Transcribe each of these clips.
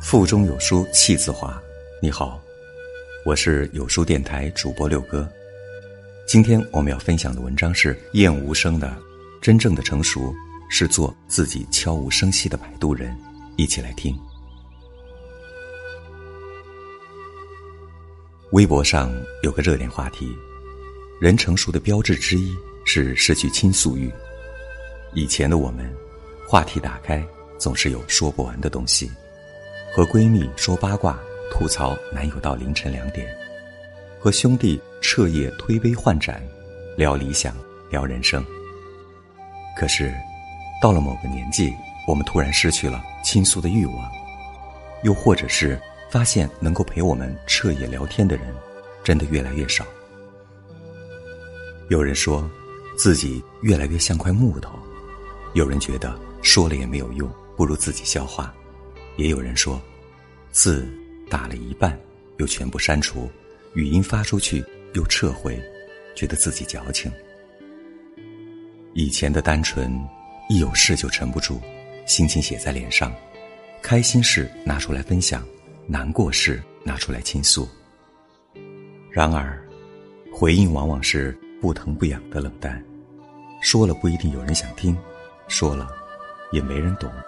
腹中有书气自华。你好，我是有书电台主播六哥。今天我们要分享的文章是燕无声的真正的成熟是做自己悄无声息的摆渡人，一起来听。微博上有个热点话题，人成熟的标志之一是失去倾诉欲。以前的我们，话题打开总是有说不完的东西，和闺蜜说八卦吐槽男友到凌晨2点，和兄弟彻夜推杯换盏聊理想聊人生。可是到了某个年纪，我们突然失去了倾诉的欲望，又或者是发现能够陪我们彻夜聊天的人真的越来越少。有人说自己越来越像块木头，有人觉得说了也没有用，不如自己消化，也有人说字打了一半又全部删除，语音发出去又撤回，觉得自己矫情。以前的单纯，一有事就沉不住，心情写在脸上，开心事拿出来分享，难过事拿出来倾诉。然而回应往往是不疼不痒的冷淡，说了不一定有人想听，说了也没人懂。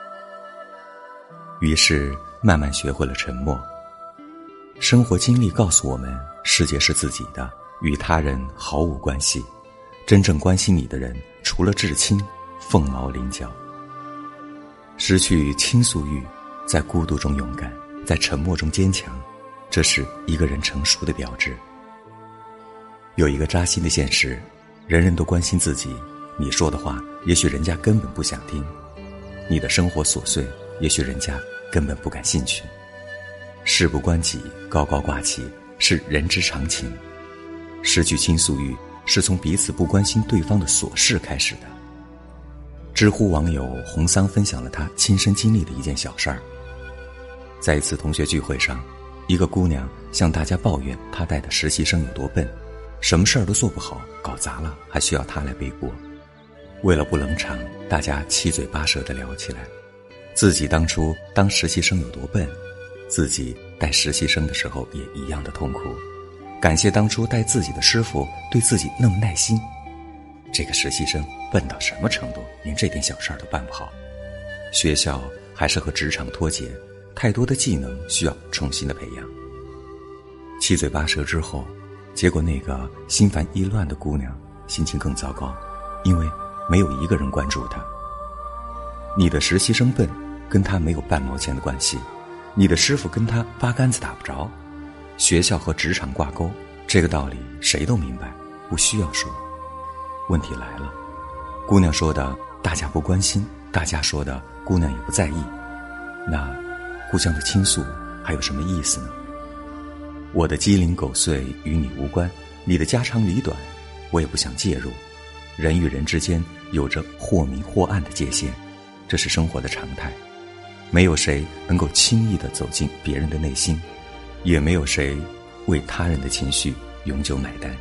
于是慢慢学会了沉默。生活经历告诉我们，世界是自己的，与他人毫无关系。真正关心你的人，除了至亲，凤毛麟角。失去倾诉欲，在孤独中勇敢，在沉默中坚强，这是一个人成熟的标志。有一个扎心的现实，人人都关心自己，你说的话也许人家根本不想听，你的生活琐碎也许人家根本不感兴趣。事不关己高高挂起是人之常情，失去倾诉欲是从彼此不关心对方的琐事开始的。知乎网友红桑分享了他亲身经历的一件小事儿。在一次同学聚会上，一个姑娘向大家抱怨她带的实习生有多笨，什么事儿都做不好，搞砸了还需要她来背锅。为了不冷场，大家七嘴八舌地聊起来，自己当初当实习生有多笨，自己带实习生的时候也一样的痛苦，感谢当初带自己的师傅对自己那么耐心。这个实习生笨到什么程度，连这点小事儿都办不好。学校还是和职场脱节，太多的技能需要重新的培养。七嘴八舌之后，结果那个心烦意乱的姑娘心情更糟糕，因为没有一个人关注她。你的实习生笨，跟她没有半毛钱的关系，你的师傅跟她八竿子打不着。学校和职场挂钩，这个道理谁都明白，不需要说。问题来了，姑娘说的大家不关心，大家说的姑娘也不在意，那互相的倾诉还有什么意思呢？我的鸡零狗碎与你无关，你的家长里短我也不想介入。人与人之间有着或明或暗的界限，这是生活的常态。没有谁能够轻易地走进别人的内心，也没有谁为他人的情绪永久买单。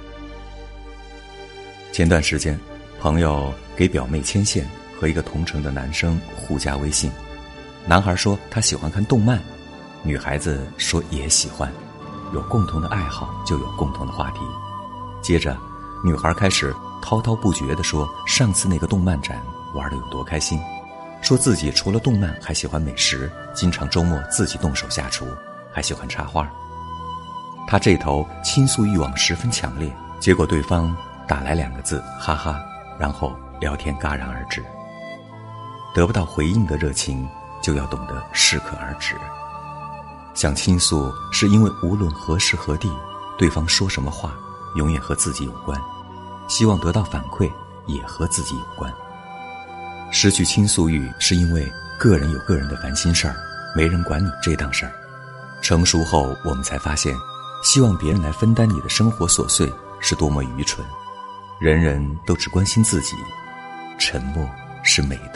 前段时间，朋友给表妹牵线，和一个同城的男生互加微信。男孩说他喜欢看动漫，女孩子说也喜欢，有共同的爱好就有共同的话题。接着女孩开始滔滔不绝地说上次那个动漫展玩得有多开心，说自己除了动漫还喜欢美食，经常周末自己动手下厨，还喜欢插花。他这头倾诉欲望十分强烈，结果对方打来2个字哈哈，然后聊天戛然而止。得不到回应的热情就要懂得适可而止。想倾诉是因为无论何时何地，对方说什么话永远和自己有关，希望得到反馈也和自己有关。失去倾诉欲是因为个人有个人的烦心事儿，没人管你这档事儿。成熟后我们才发现，希望别人来分担你的生活琐碎是多么愚蠢。人人都只关心自己，沉默是美德。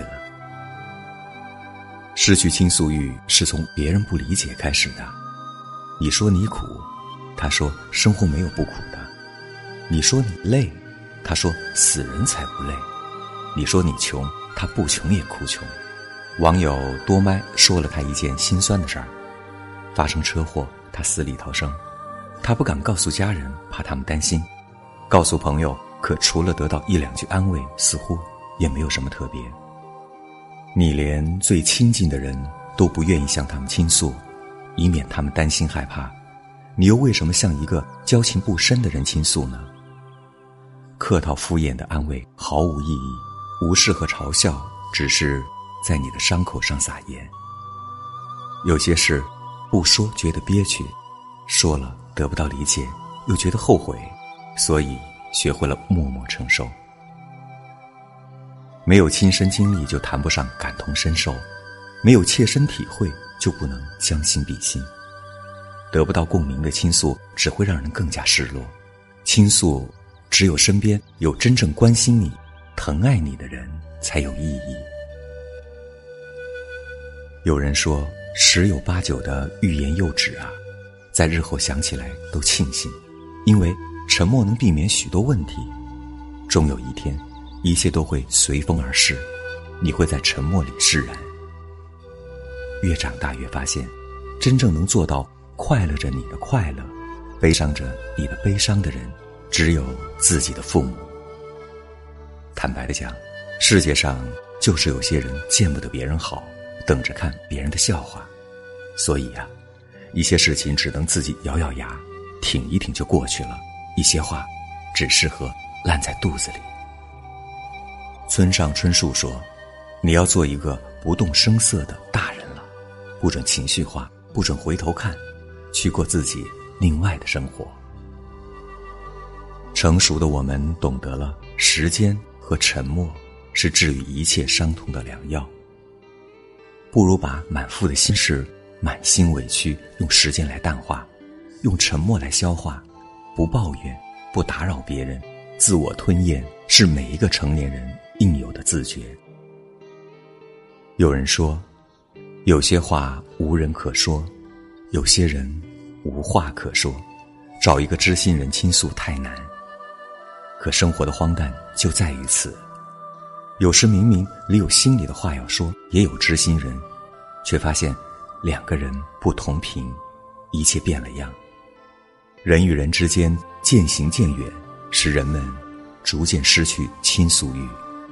失去倾诉欲是从别人不理解开始的。你说你苦，他说生活没有不苦的。你说你累，他说死人才不累。你说你穷，他不穷也哭穷。网友多麦说了他一件心酸的事儿。 发生车祸，他死里逃生，他不敢告诉家人，怕他们担心，告诉朋友，可除了得到一两句安慰，似乎也没有什么特别。你连最亲近的人都不愿意向他们倾诉，以免他们担心害怕，你又为什么向一个交情不深的人倾诉呢？客套敷衍的安慰毫无意义，无视和嘲笑只是在你的伤口上撒盐。有些事不说觉得憋屈，说了得不到理解又觉得后悔，所以学会了默默承受。没有亲身经历就谈不上感同身受，没有切身体会就不能将心比心。得不到共鸣的倾诉只会让人更加失落，倾诉只有身边有真正关心你、疼爱你的人才有意义。有人说十有八九的欲言又止啊，在日后想起来都庆幸，因为沉默能避免许多问题。终有一天，一切都会随风而逝，你会在沉默里释然。越长大越发现，真正能做到快乐着你的快乐，悲伤着你的悲伤的人，只有自己的父母。坦白地讲，世界上就是有些人见不得别人好，等着看别人的笑话。所以啊，一些事情只能自己咬咬牙，挺一挺就过去了。一些话只适合烂在肚子里。村上春树说，你要做一个不动声色的大人了，不准情绪化，不准回头看，去过自己另外的生活。成熟的我们懂得了，时间和沉默是治愈一切伤痛的良药。不如把满腹的心事、满心委屈用时间来淡化，用沉默来消化。不抱怨，不打扰别人，自我吞咽是每一个成年人应有的自觉。有人说，有些话无人可说，有些人无话可说，找一个知心人倾诉太难。可生活的荒诞就在于此，有时明明里有心里的话要说，也有知心人，却发现两个人不同频，一切变了样。人与人之间渐行渐远，使人们逐渐失去倾诉欲。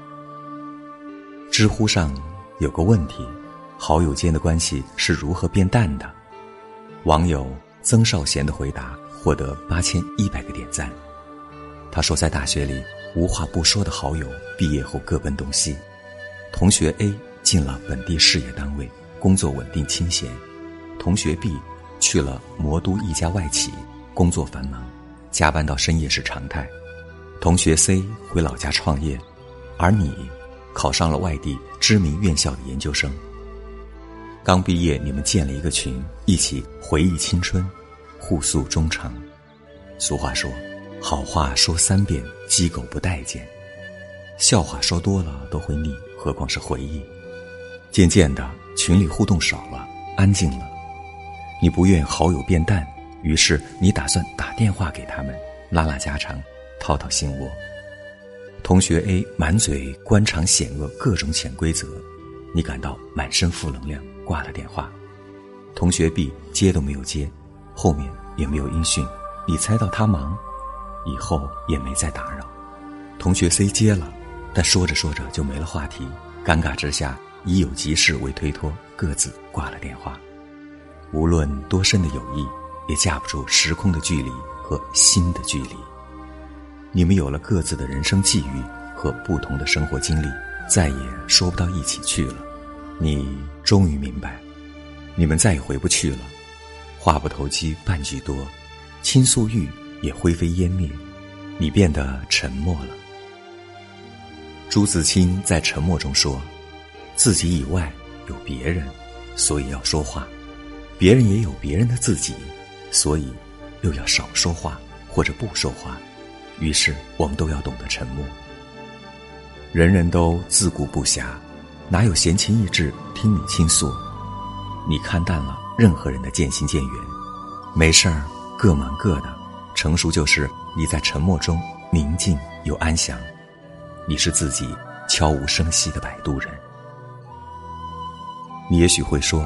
知乎上有个问题，好友间的关系是如何变淡的？网友曾少贤的回答获得8100个点赞。他说，在大学里无话不说的好友毕业后各奔东西，同学 A 进了本地事业单位，工作稳定清闲，同学 B 去了魔都一家外企，工作繁忙，加班到深夜是常态，同学 C 回老家创业，而你考上了外地知名院校的研究生。刚毕业，你们建了一个群，一起回忆青春，互诉衷肠。俗话说，好话说3遍，鸡狗不待见。笑话说多了都会腻，何况是回忆。渐渐的，群里互动少了，安静了。你不愿好友变淡，于是你打算打电话给他们，拉拉家常，掏掏心窝。同学 A 满嘴官场险恶，各种潜规则，你感到满身负能量，挂了电话。同学 B 接都没有接，后面也没有音讯，你猜到他忙，以后也没再打扰。同学 C 接了，但说着说着就没了话题，尴尬之下以有急事为推脱，各自挂了电话。无论多深的友谊，也架不住时空的距离和心的距离。你们有了各自的人生际遇和不同的生活经历，再也说不到一起去了。你终于明白，你们再也回不去了。话不投机半句多，倾诉欲也灰飞烟灭，你变得沉默了。朱自清在沉默中说，自己以外有别人，所以要说话，别人也有别人的自己，所以又要少说话或者不说话。于是我们都要懂得沉默。人人都自顾不暇，哪有闲情逸致听你倾诉？你看淡了任何人的渐行渐远，没事儿各忙各的。成熟就是你在沉默中宁静又安详，你是自己悄无声息的摆渡人。你也许会说，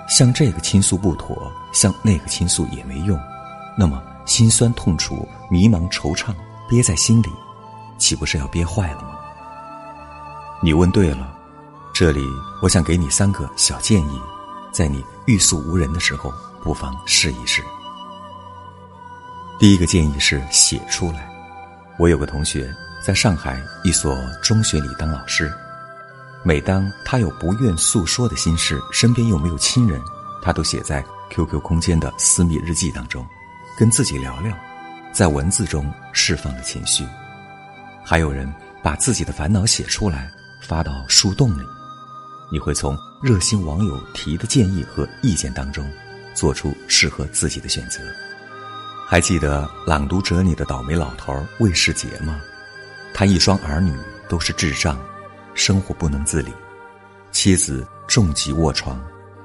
向这个倾诉不妥，向那个倾诉也没用，那么心酸痛楚、迷茫惆怅憋在心里，岂不是要憋坏了吗？你问对了，这里我想给你3个小建议，在你欲诉无人的时候，不妨试一试。第一个建议是写出来。我有个同学在上海一所中学里当老师，每当他有不愿诉说的心事，身边又没有亲人，他都写在 QQ 空间的私密日记当中，跟自己聊聊，在文字中释放了情绪。还有人把自己的烦恼写出来发到树洞里，你会从热心网友提的建议和意见当中做出适合自己的选择。还记得《朗读者》里的倒霉老头魏世杰吗？他一双儿女都是智障，生活不能自理，妻子重疾卧床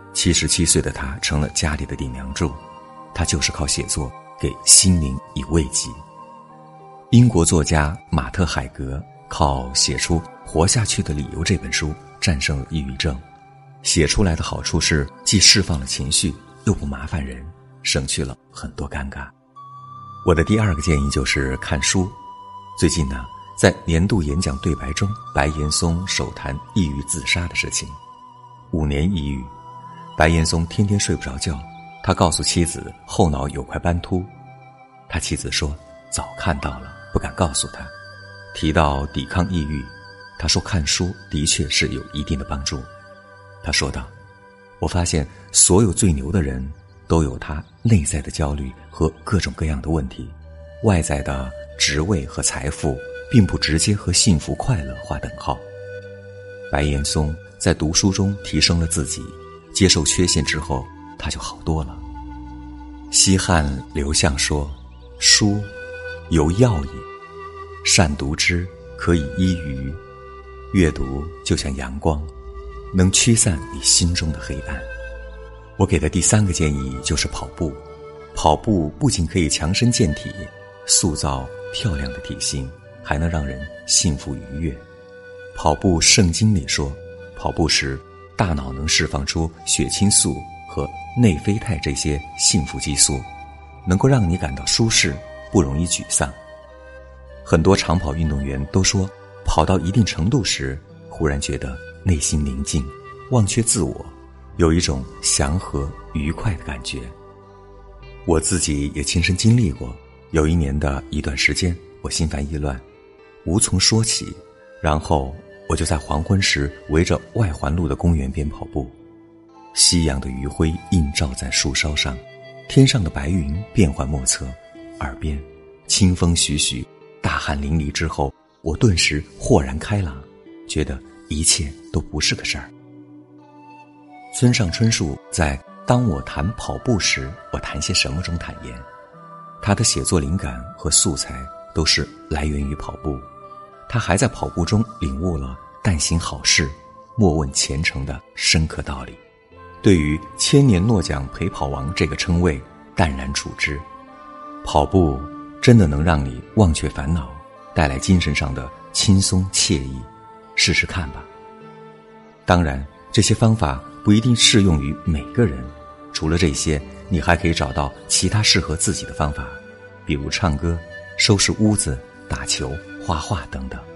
，77岁的他成了家里的顶梁柱，他就是靠写作给心灵以慰藉。英国作家马特·海格靠写出《活下去的理由》这本书战胜了抑郁症。写出来的好处是既释放了情绪，又不麻烦人，省去了很多尴尬。我的第2个建议就是看书。最近呢，在年度演讲对白中，白岩松首谈抑郁自杀的事情。5年抑郁，白岩松天天睡不着觉，他告诉妻子后脑有块斑秃，他妻子说早看到了，不敢告诉他。提到抵抗抑郁，他说看书的确是有一定的帮助。他说道，我发现所有最牛的人都有他内在的焦虑和各种各样的问题，外在的职位和财富并不直接和幸福快乐划等号。白岩松在读书中提升了自己，接受缺陷之后，他就好多了。西汉刘向说，书有药也，善读之，可以医愚。阅读就像阳光，能驱散你心中的黑暗。我给的第3个建议就是跑步。跑步不仅可以强身健体，塑造漂亮的体型，还能让人幸福愉悦。跑步圣经里说，跑步时大脑能释放出血清素和内啡肽这些幸福激素，能够让你感到舒适，不容易沮丧。很多长跑运动员都说，跑到一定程度时，忽然觉得内心宁静，忘却自我，有一种祥和愉快的感觉。我自己也亲身经历过，有一年的一段时间，我心烦意乱，无从说起，然后我就在黄昏时围着外环路的公园边跑步。夕阳的余晖映照在树梢上，天上的白云变幻莫测，耳边清风徐徐，大汗淋漓之后，我顿时豁然开朗，觉得一切都不是个事儿。村上春树在当我谈跑步时，我谈些什么中坦言，他的写作灵感和素材都是来源于跑步。他还在跑步中领悟了但行好事，莫问前程的深刻道理，对于千年诺奖陪跑王这个称谓淡然处之。跑步真的能让你忘却烦恼，带来精神上的轻松惬意，试试看吧。当然，这些方法不一定适用于每个人，除了这些，你还可以找到其他适合自己的方法，比如唱歌、收拾屋子、打球、画画等等。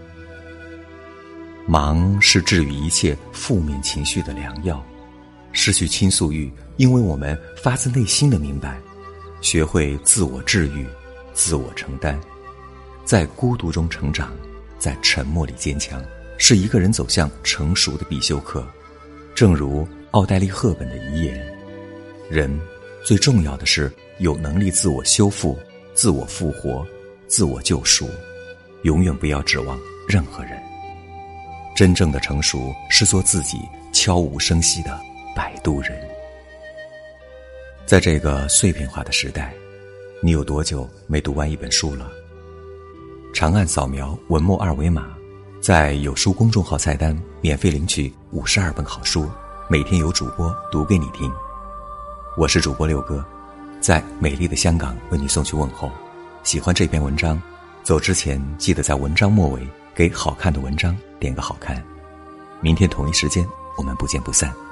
忙是治愈一切负面情绪的良药，失去倾诉欲，因为我们发自内心的明白，学会自我治愈、自我承担，在孤独中成长，在沉默里坚强，是一个人走向成熟的必修课。正如奥黛丽·赫本的遗言，人最重要的是有能力自我修复、自我复活、自我救赎，永远不要指望任何人。真正的成熟是做自己悄无声息的摆渡人。在这个碎片化的时代，你有多久没读完一本书了？长按扫描文末2维码，在有书公众号菜单免费领取52本好书，每天有主播读给你听。我是主播六哥，在美丽的香港为你送去问候。喜欢这篇文章，走之前记得在文章末尾给好看的文章点个好看。明天同一时间我们不见不散。